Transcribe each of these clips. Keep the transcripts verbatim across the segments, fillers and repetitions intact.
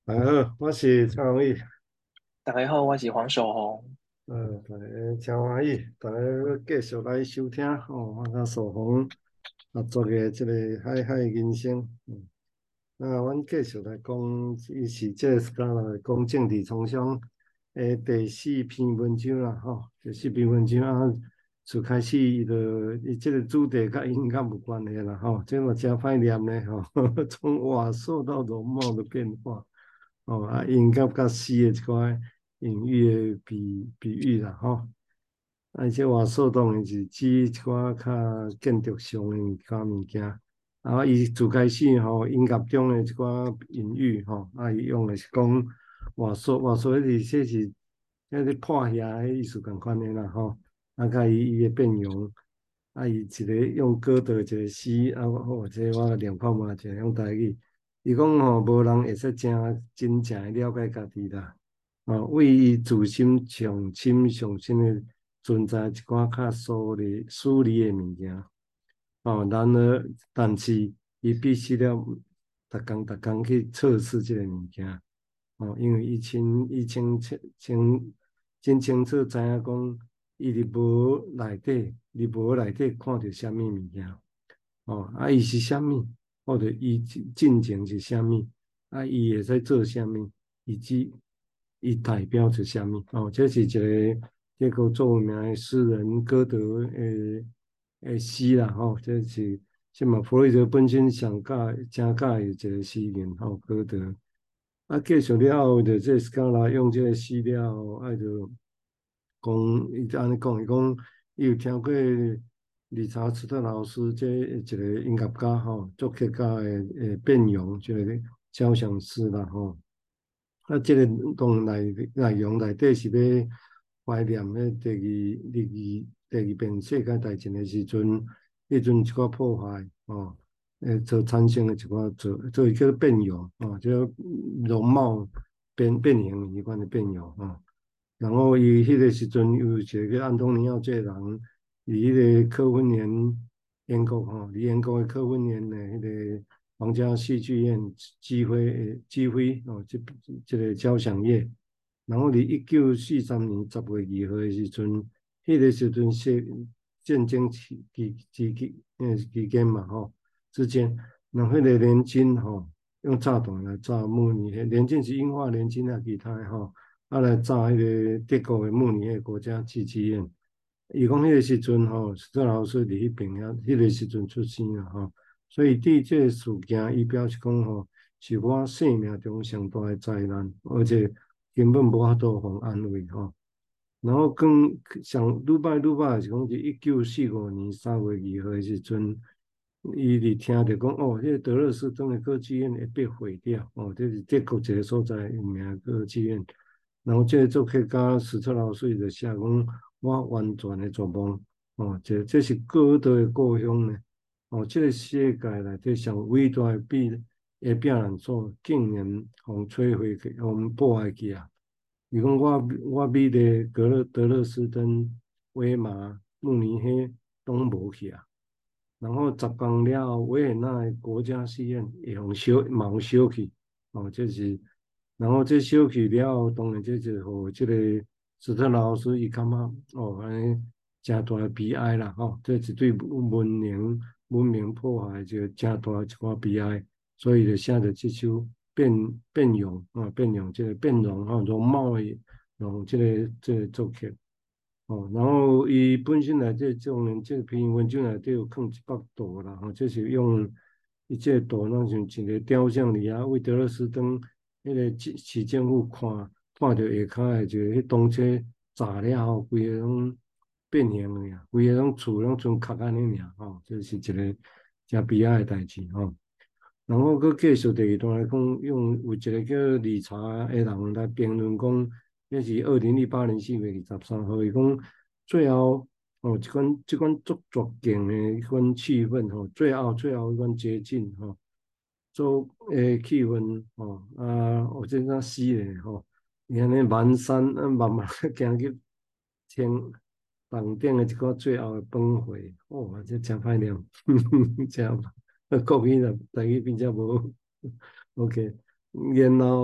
大家好，我是蔡宏毅。 大家好，我是黄守宏。 呃，大家真欢喜，大家继续来收听哦，我甲苏宏合作的这个《海海人生》。嗯，那阮继续来讲，伊是这个是讲来讲政治创伤的第四篇文章啦，吼、第四篇文章啊，就开始伊就伊这个主题甲音乐有关系啦，吼、这嘛真歹念呢，吼、从瓦塑到容貌的变化。哦啊，音乐甲诗的一寡隐喻的比比喻啦，吼、啊，而且话说当然是指一寡较建筑上的一寡物件，啊，伊自开始吼、音乐中的一寡隐喻吼、啊，伊用的是讲话说话说迄是说是迄个破遐的意思共款的啦，吼、啊，甲伊伊的变容，啊，伊一个用歌德一个诗，啊，我我这我念看嘛，一个用台语。伊讲吼，无人会使真真正的了解家己啦。哦，为伊自心上深上深的存在一寡较疏离、疏离的物件。哦，然而，但是伊必须了，逐工逐工去测试即个物件。哦，因为伊清伊清清清真清楚知影讲，伊伫无内底，伫无内底看到啥物物件。哦，啊，伊是啥物，或者伊进前是啥物，啊，伊会使做啥物，以及伊代表着啥物。哦，这是一个这个著名的诗人歌德诶诶诗啦，吼、哦，这是即嘛弗洛伊德本身上喜真喜欢一个诗人，吼、哦，歌德。啊，继续了后，就这斯卡拉用这个诗了后，啊，就讲，伊就安尼讲，伊讲，伊有听过理查斯特劳斯这一个音乐家吼，作曲家的诶变容，即个交响诗啦吼。啊，即个当内内容内底是要怀念咧第二、第二、第二遍世界大战的时阵，迄阵一寡破坏哦，诶，所产生的一寡做做一个变容哦，即容貌变变形一款的变容哦。然后伊迄个时阵有一个叫安东尼奥这个人，伫迄个科芬园英国吼，伫英国的科芬园的迄个皇家戏剧院指挥指挥哦，即即个交响乐。然后伫一九四三年十月二号的时阵，迄、个时阵是战争期期期期呃期间嘛吼之间，然后迄个联军吼用炸弹来炸慕尼黑，联军是英法联军啊，其他的吼。啊来炸迄个德国的慕尼黑国家戏剧院。伊讲迄个时阵吼，史特劳斯伫迄边遐，迄个时阵出生啦吼，所以对这个事件，伊表示讲吼，是我生命中上大的灾难，而且根本无法度互安慰吼。然后更上愈摆愈摆是讲，是一九四五年三月二号的时阵，伊伫听着讲哦，迄、个德勒斯登的歌剧院会被毁掉哦，这是德国一个所在有名的歌剧院。然后这个作曲家史特劳斯就写讲，我完全的绝望哦，这这是歌德的故乡呢。哦，这个世界内底上伟大的避的避难所，竟然互摧毁去，互破坏去啊！伊讲我我美的格勒德勒斯登、威马、慕尼黑拢无去啊。然后十天了后，维也纳的国家戏院会用烧，嘛有烧去，哦，这是，然后这烧去了后，当然这就互这个斯特劳斯伊感觉哦，安尼真大的悲哀啦，吼、哦，这是对文明文明破坏就真大一寡悲哀，所以就写着这首变变容啊，变容这个变容啊，容貌的容这个这个作曲。哦，然后伊本身内底种人这篇文章内底有放一幅图啦，吼、这是用伊这个图那像一个雕像里啊，为德勒斯登迄个市市政府看看到下骹的就迄当初炸了后，规个拢变形了呀，规个拢厝拢剩壳安尼尔，吼、这是一个真悲哀的代志吼。然后佮继续第二段来讲，用有一个叫理查的人来评论讲，那是二零一八年四月二十三号，伊讲最后哦，即款即款足绝境的迄款气氛吼，最后最后迄款接近吼，做诶气氛吼啊，我真正死咧吼，你安尼漫山啊慢慢行去天房顶的一个最后的崩溃，哦，这真歹念，真国语啦，台语比较无 OK。然后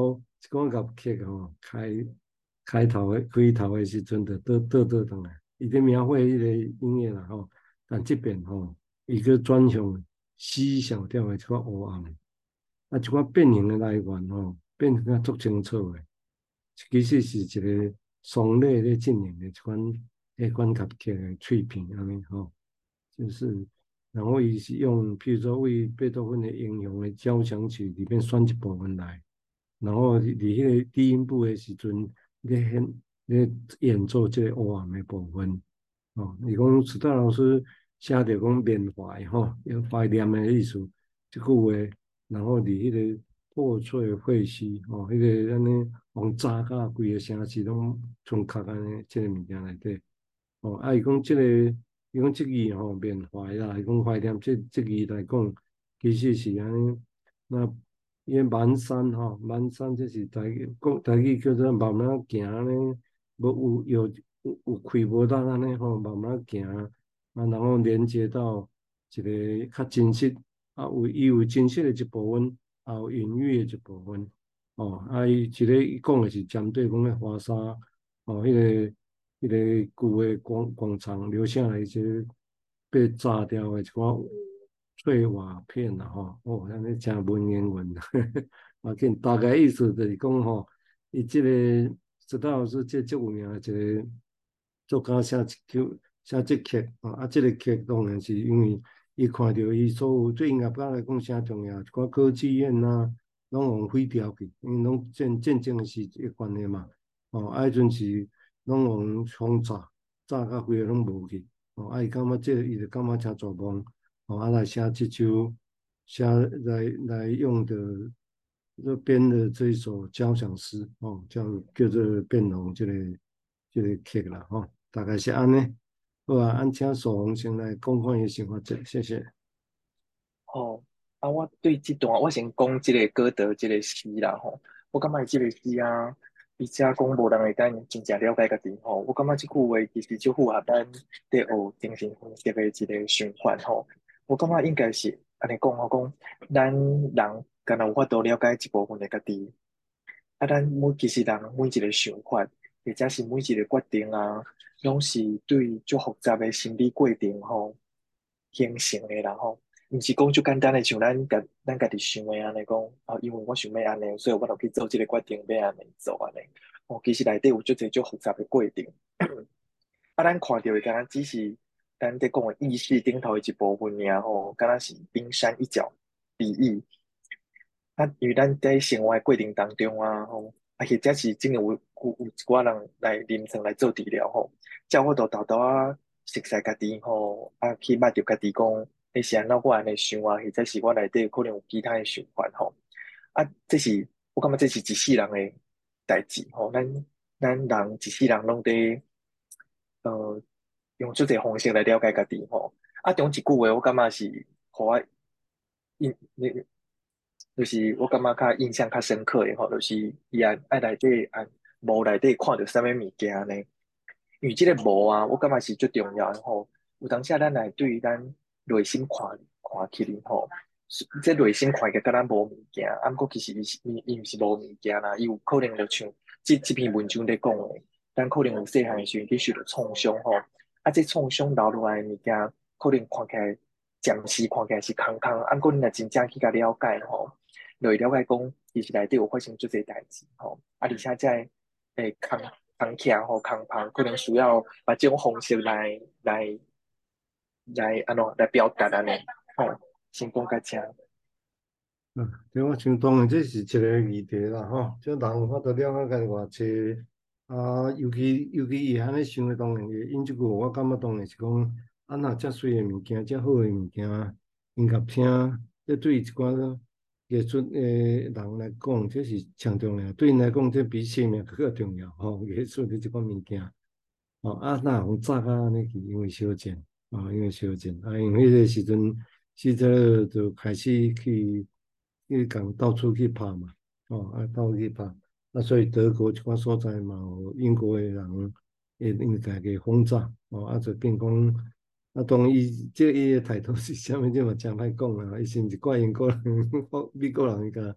讲甲客吼开开头的开头的时阵就倒倒倒转来，伊咧描绘迄个音乐啦吼，但即边吼伊个转向 C 小调的一个黑暗，啊一寡变形的来源吼，变成啊足清楚的，其实是一个双类咧进行的一款迄款乐器的碎片安尼吼，就是然后伊是用譬如说为贝多芬的应用的交响曲里面选一部分来。然后伫迄个低音部的时阵，咧演咧演奏这个黑暗的部分。哦，伊讲史达老师写着讲缅怀吼，有怀念的意思，即句话，然后伫迄个破碎废墟吼，迄、那个安尼往炸甲规个城市拢剩壳安尼，即个物件内底。哦，啊，伊讲即、这个，伊讲即字吼缅怀啦，伊讲怀念即即字来讲，其实是安尼。那因为满山吼，满山这是台语讲台语叫做慢慢行呢，无有有有有开无力安尼吼，慢慢行啊，然后连接到一个较真实啊，有伊有真实的一部分，也有隐喻的一部分。哦，啊，伊一个伊讲的是针对讲个华沙哦，迄、那个迄、那个旧的广广场留下来一些被炸掉的一寡碎瓦片啦吼，哦，安尼真文言文，啊，紧大概意思就是讲吼，伊即、这个知道是这足有名的一个作家写一曲写这曲啊，啊，这个曲当然是因为伊看到伊所有对音乐家来讲啥重要，一寡歌剧院啊，拢用毁掉去，因为拢战战争的是一关的嘛，哦，啊，迄阵是拢用轰炸，炸到规个拢无去，哦，啊，伊感觉这伊就感觉真绝望。哦，啊来写这首，写来来用的，这编的这一首交响诗，哦，叫叫做《变龙》这个这个曲啦，吼、哦，大概是安尼。好啊，按请苏红先来讲看伊想法者，谢谢。 吼，啊，我对这段我先讲这个歌德这个诗啦吼，我感觉这个诗啊，比较讲无人会当真正了解家己吼，我感觉这句话其实就符合咱在学精神分析的一个循环吼。我感觉应该是安尼讲，我讲咱人敢若有法度了解一部分的家己，啊，咱每其实人每一个想法，或者是每一个决定啊，拢是对足复杂的心理过程吼形成的啦吼。毋是讲就简单的像咱家咱家己想的安尼讲，啊，因为我想要安尼，所以我就去做这个决定要安尼做安尼。哦，其实内底有足侪足复杂的过程。啊，咱看到的敢若只是咱在讲的意识顶头的一部分尔吼，敢若是冰山一角比喻。啊，因为咱在生活的过程当中啊，吼，啊，或者是真的有有有一寡人来临床来做治疗吼，叫我都豆豆啊熟悉家己吼，啊去捌着家己讲，迄是安怎我安尼想啊，或者是我内底可能有其他的想法吼，啊，这是我感觉这是一世人的代志吼，咱咱人一世人拢在呃用这个方式来了解家己吼，啊，中一句话我感觉是，互我印你就是我感觉较印象较深刻的吼，就是伊啊爱内底按无内底看到啥物物件呢？因为即个无啊，我感觉是最重要的吼。有当时咱来对于咱内心看看起哩吼，即内心看起敢若无物件，啊，毋过其实伊是伊伊毋是无物件啦，伊有可能就像即即篇文章咧讲的，咱可能有细汉的时阵去受到创伤吼，啊，这创伤留落来的物件，可能看起来暂时看起来是空空，啊，毋过你若真正去甲了解吼。就会了解讲，其实内底有发生做这代志吼，啊，而且在诶扛扛徛吼扛棒，可能需要把这种方式来来来安怎来表达安尼，吼，先讲到这。 嗯，对我想当然这是一个议题啦，吼，即人有法度了解家己偌济啊，尤其尤其伊安尼想的，当然会因即句我感觉当然是讲，啊若遮水的物件，遮好的物件，音乐厅，这对一寡艺术诶人来讲，这是上重要，对因来讲，这比生命更加重要，吼，艺术的即款物件。哦，啊，那互炸啊，安尼去，因为小钱，啊，因为小钱，啊，因为迄个时阵，希特勒就开始去去讲到处去拍嘛，哦，啊，到处去拍，啊，所以德国一寡所在嘛，有英国的人会应该给轰炸，哦，啊，就变讲，啊，当然伊这伊的态度是啥物，这嘛真歹讲啊，伊是毋是怪英国人、美国人伊个？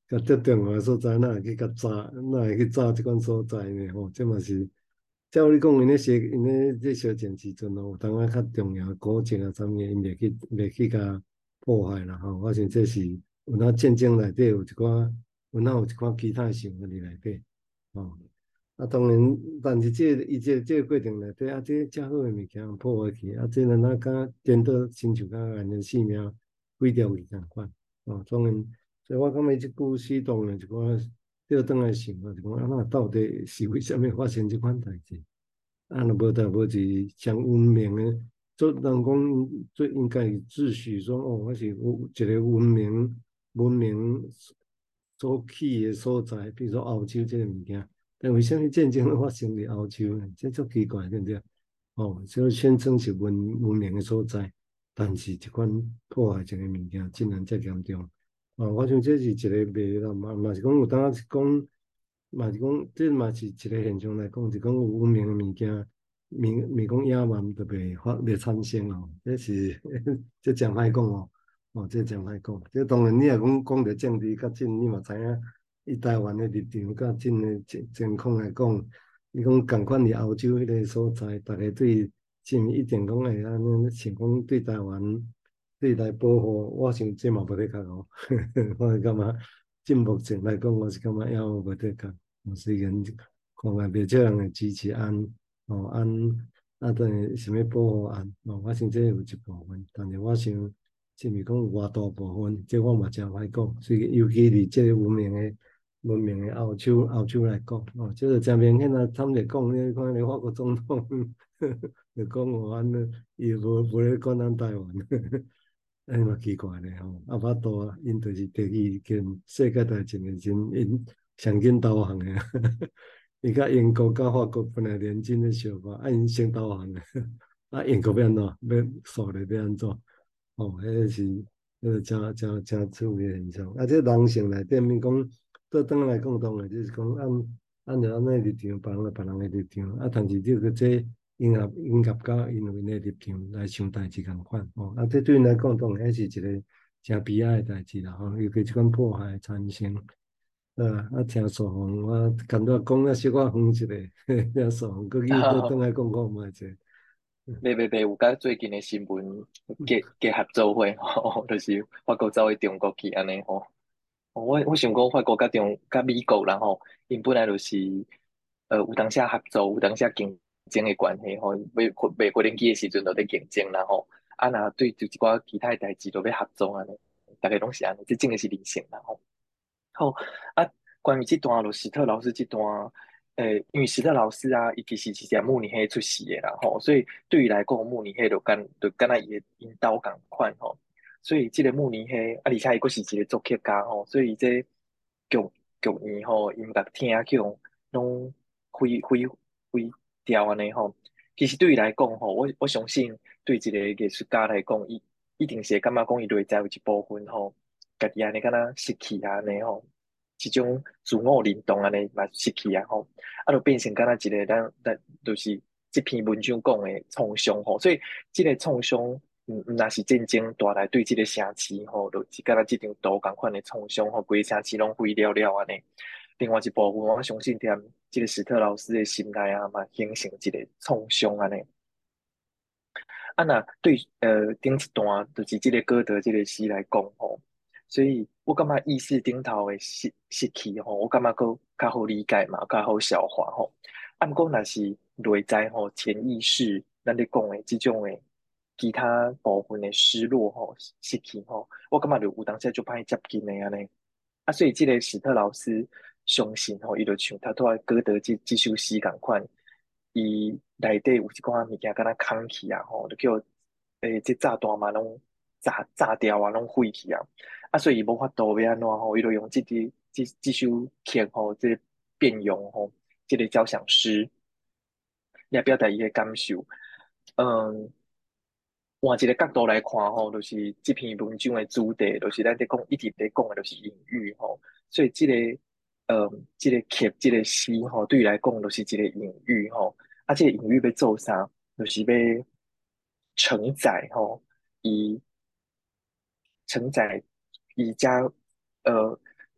甲特定的所在，哪会去甲炸，哪会去炸即款所在呢？吼，这嘛是，照你讲，因咧烧，因咧这烧钱时阵哦，有当啊较重要的古迹啊，啥物因袂去袂去甲破坏啦吼。我想这是有哪战争内底有一寡，有哪有一寡其他的想法伫内底，吼。啊，当然，但是这个伊这这个过程内底啊，这遮好的物件破坏去，啊，这咱哪敢颠倒亲像甲人的性命毁掉去共款，哦，当然，所以我感觉即句诗当然一寡倒转来想啊，就讲啊，那到底是为虾米发生即款代志？啊，若无代无志，上文明的，做人讲最应该自诩说，哦，我是有一个文明文明所起的所在，比如说欧洲这个物件。但为什么战争会发生伫欧洲呢？这足奇怪，对不对？哦，所以宣称是文文明的所在，但是一款破坏性的物件竟然遮严重。哦，我想这是一个袂啦，嘛嘛是讲有当是讲，嘛是讲，这嘛是一个现象来讲，是讲有文明的物件，民民讲野蛮都袂发袂产生哦。这是这真歹讲哦，哦，这真歹讲。这当然你若讲讲到政治较真，你嘛知影。以台湾的立场甲真诶情情况来讲，伊讲共款伫欧洲迄个所在，逐个对是毋一定讲会安尼，想讲对台湾对来保护，我想这嘛无得讲哦。我是感觉，就目前来讲，我是感觉也无得讲。虽然看来袂少人会支持安哦安啊，等于想要保护安哦，我想这有一部分，但是我想。是毋是讲有偌大部分，这我嘛真歹讲。所以尤其伫即个文明诶。文明的澳洲，澳洲来讲，哦，即个真明显啊！他们咧讲，你看你法国总统，就讲我安尼，伊无无咧管咱台湾，哎嘛奇怪咧吼，啊巴多啊，因就是第二件世界大战诶时阵，因上紧投降诶，伊甲英国甲法国本来联军咧相拍，啊因先投降诶，啊英国要安怎，要输咧要安怎？哦，迄个是迄个真真真趣味诶现象。啊，这人性内底面讲。倒转来讲，当然就是讲按按照安尼立场，别人有别人的立场，啊，但是这个这迎合迎合到因为的立场来想代志共款，哦，啊，这对因来讲，当然还是一个真悲哀的代志啦，吼，尤其这款迫害产生，啊，啊，听说我感觉讲啊小可远一个，听说佮伊倒转来讲讲嘛者， 袂袂袂，有甲最近的新闻结结合做伙吼，就是法国走去中国去安尼吼。我我想讲法国甲中甲美国然后，因本来就是呃有当下合作，有当下竞争的关系吼。美美国人机的时阵都在竞争然后，啊那对就一寡其他的代志都要合作安尼，大概拢是安尼，这真的是理性然后。好啊，关于这段咯，史特劳斯这段，呃，因为史特劳斯啊，伊其实是在慕尼黑出世的啦吼，所以对于来讲，慕尼黑就跟就跟他伊引导共款吼，所以这个慕尼黑啊，而且伊佫是一个作曲家吼，所以这曲曲院吼，音乐厅去用拢非非非调安尼吼。其实对于来讲吼，我我相信对一个艺术家来讲，伊一定是会感觉讲伊内在有一部分吼。家己安尼敢若失去啊安尼吼，一种自我认同安尼嘛失去啊吼，啊就变成敢若一个咱咱就是这篇文章讲的创伤吼，所以这个创伤，嗯，毋若是战争带来对这个城市吼，就是敢若这张图共款的创伤吼，规城市拢毁了了安尼。另外一部分，我相信踮这个史特劳斯的心内啊嘛，形成一个创伤安尼。啊，那对呃顶一段就是这个歌德这个诗来讲吼，所以我感觉意识顶头的失失去吼，我感觉佫较好理解嘛，较好消化吼。啊，毋过若是内在吼潜意识，咱咧讲的即种的其他部分的失落吼、失去吼，我感觉就有当时就歹接近的安尼。啊，所以这个史特劳斯相信吼，伊就像他拄仔歌德这这首诗共款，伊内底有一寡物件敢若空气啊，吼，就叫诶，这炸弹嘛，拢炸炸掉啊，拢废去啊。啊，所以伊无法度要安怎吼，伊就用这支这这首曲吼，这变用吼，这个交响诗来表达伊的感受。嗯，换一个角度来看吼，就是这篇文章的主题，就是咱在讲一直在讲的，就是隐喻吼。所以这个，呃，这个曲，这个诗吼，对于来讲，就是一个隐喻吼。啊，这个隐喻要做啥？就是要承载吼，以承载以加呃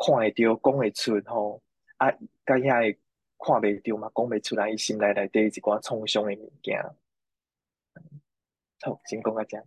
看会到、讲会出吼，啊，甲遐个看袂到嘛，讲袂出来，伊心内内底一寡创伤的物件。好，先讲到这。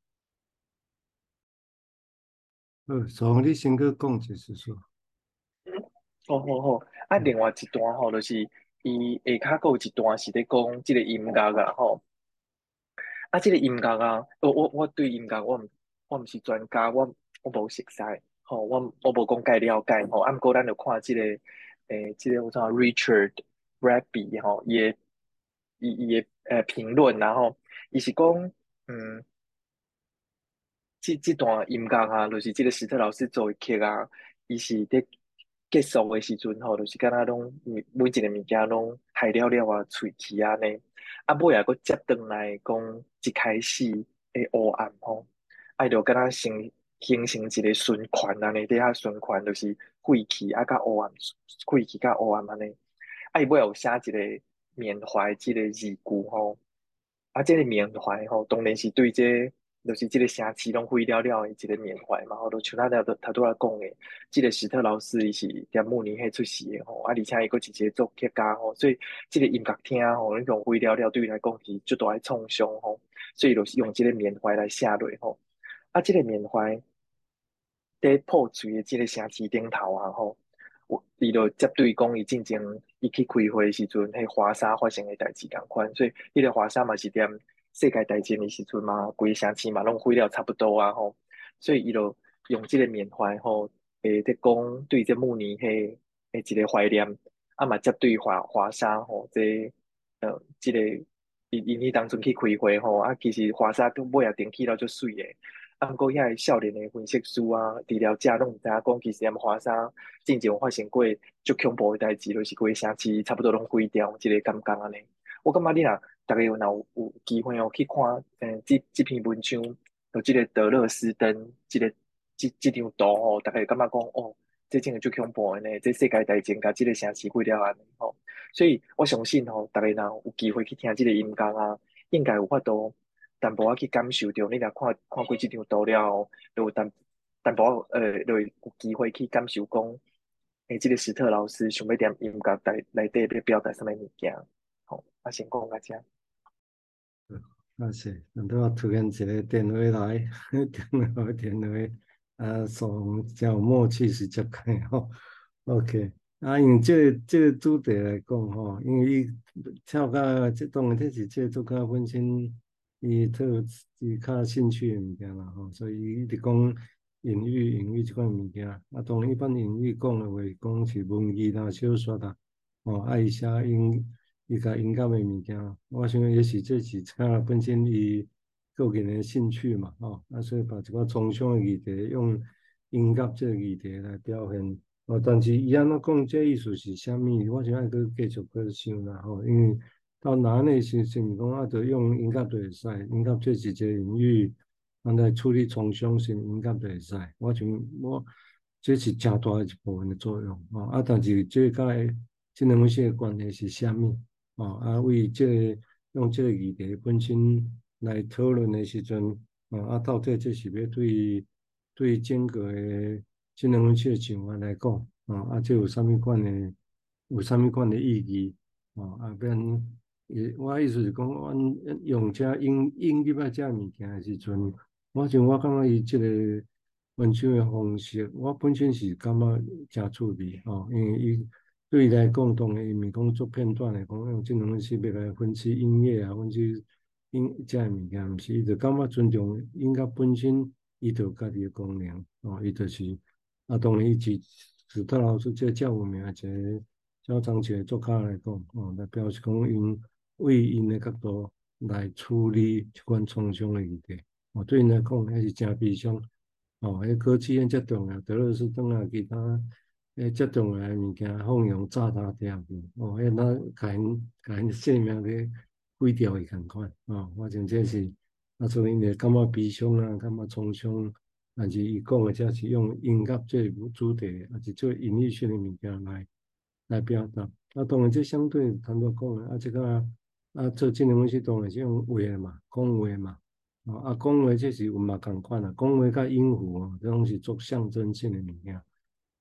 好，所以你先去讲就是说， 好好好，啊， 嗯另外一段吼，就是伊下骹还有一段是咧讲即个音乐啊，吼，啊，即个音乐啊，我我我对音乐我毋我毋是专家，我我无熟悉，吼，我我无讲介了解吼，啊，毋过咱就看即个诶，即个有啥 Richard Raby 吼，伊诶伊伊诶呃评论，然后伊是讲，嗯。这这段音乐啊，就是这个史特劳斯作的曲啊，伊是伫结束的时阵吼，就是敢若拢每每一个物件拢害了了啊，喙齿啊呢，啊尾啊佫接转来讲一开始的黑暗吼，啊就敢若形形成一个循环安尼，底下循环就是废气啊甲黑暗，废气甲黑暗安尼，啊伊尾有写一个缅怀即个字句吼。啊，这个缅怀吼，当然是对这个就是这个城市拢毁了了的一个缅怀嘛，吼，都像咱了头拄仔讲的，这个史特劳斯伊是在慕尼黑出世的吼，啊，而且伊个是一个作曲家吼，所以这个音乐厅吼，那种毁了了，对伊来讲是最大的创伤吼，所以就是用这个缅怀来写落吼，啊，这个缅怀。在破碎的这个城市顶头啊，吼，有伊就接对讲，伊进前伊去开会的时阵，迄华沙发生的代志共款，所以迄个华沙嘛是踮世界大战的时阵嘛，规城市嘛拢毁了差不多啊，吼，所以伊就用这个缅怀吼，诶，在讲对这慕尼黑的一个怀念，啊嘛接对华华沙吼，这呃，这个因因伊当阵去开会吼，啊，其实华沙都尾也顶起了就水诶。啊，毋过遐个少年的分析师啊，除了遮拢毋知影讲，其实踮华沙之前有发生过足恐怖的代志，就是规个城市差不多拢毁掉，即个感觉安尼。我感觉你若逐个有若有有机会哦去看，诶，即即篇文章，有即个德勒斯登，即个即即张图吼，逐个会感觉讲哦，这真个足恐怖的呢，这世界大战甲即个城市毁了安尼吼。所以我相信吼，逐个若有机会去听即个音乐啊，应该有法度。淡薄仔去感受着，你若看看过即张图了后，就有淡淡薄仔呃，就会有机会去感受讲，诶，即个史特劳斯想要踮音乐内内底要表达什么物件？吼，啊，先讲到遮。 那是，很多突然一个电话来，电话电话，啊，双真有默契是接开吼。OK，啊，用这个这个主题来讲吼，因为伊跳到这当然这是这做较本身伊特伊较兴趣的物件啦吼，所以伊一直讲英语英语这款物件，啊，当然一般英语讲的话，讲是文艺啦、小说啦，哦，爱写英。伊甲音乐的物件，我想也是这是他本身伊个人的兴趣嘛，吼、啊，所以把这个创伤的议题用音乐这个议题来表现。哦，但是伊安怎讲这意思是啥物？我想爱去继续去想啦，吼，因为到哪里是是讲啊，着用音乐就会使，音乐这是一个领域，安来处理创伤性音乐就会使。我想我这是真大一部分的作用，吼、啊，但是这甲这两回事的关系是啥物？哦，啊，为这个用这个议题本身来讨论的时阵，哦，啊，到底这是要对对整个的这两份的想法来讲，哦，啊，这有啥物款的有啥物款的意义？哦，啊，变，诶，我意思是讲，阮用这英英语啊这物件的时阵，我想我感觉伊这个文章的方式，我本身是感觉真趣味，哦，因为伊。对伊来讲，当然伊毋是讲做片段来讲，用即两个是要来分析音乐啊，分析音遮个物件，毋是，伊就感觉尊重音乐本身，伊就有家己的功能，哦，伊就是啊，当然伊是史特劳斯这较有名一个较长期的作家来讲，哦，来表示讲因为因的角度来处理即款创伤的议题，哦，对因来讲还是真悲伤，哦，迄科技因遮重要，德勒斯登啊，其他。诶，遮重要诶物件放用炸弹掉去，哦，迄那甲因甲因性命咧毁掉伊共款，哦，我想这是啊，所以因会感觉悲伤啊，感觉创伤，但是伊讲诶，则是用音乐这主题，还是做音乐性诶物件来来表达。啊，当然这相对谈到讲诶，啊，这个啊，做这两东西当然是用话嘛，讲话嘛，哦，啊，讲话这是有嘛共款啊，讲话甲音符哦，这拢是做象征性诶物件。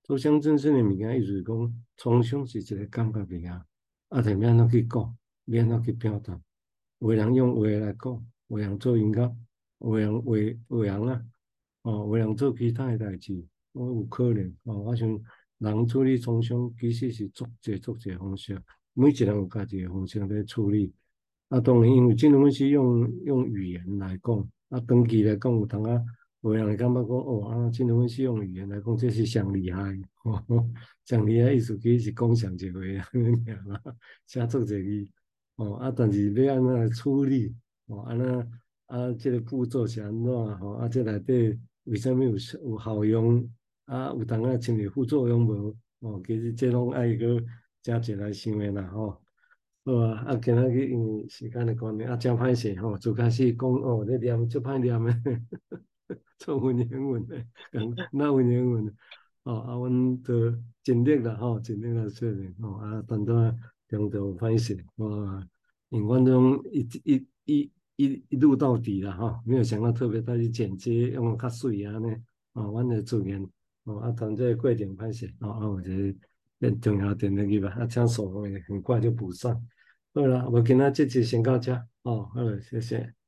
做象征性的物件，意思是讲，创伤是一个感觉物件，啊，就免怎去讲，免怎去表达。有的人用话来讲，有的人做音乐，有的人画画人啊，哦，有的人做其他的代志，我有可能哦。我想人处理创伤其实是足侪足侪方式，每一个人有家己的方式来处理。啊，当然，因为这种东西用用语言来讲，啊，长期来讲有当啊。有人会感觉讲哦，啊，这种是用语言来讲，这是上厉害的，哦，上厉害意思其实是讲上一回啊，尔啦，写作者语，哦，啊，但是要安怎来处理，哦，安怎啊，这个步骤是安怎，吼，啊，这内底为什么有有效用，啊，有当啊亲的副作用无，哦，其实这拢爱个真侪来想的啦，吼。好啊，啊，今仔日因为时间的关系，啊，真歹势吼，就开始讲哦，你念足歹念的。做文言文的，讲那文言文的，哦，啊，阮都尽力啦，吼，尽力来说明，吼，啊，等到中途有歹势，哇，因为阮种一一一一一路到底啦，吼，没有想到特别再去剪接用较水啊呢，哦，阮的主言，哦，啊，团队过程歹势，哦，啊，我觉得更重要点那个吧，啊，这样手也很快就补上。好啦，我今仔这集先到这，哦，好了，谢谢。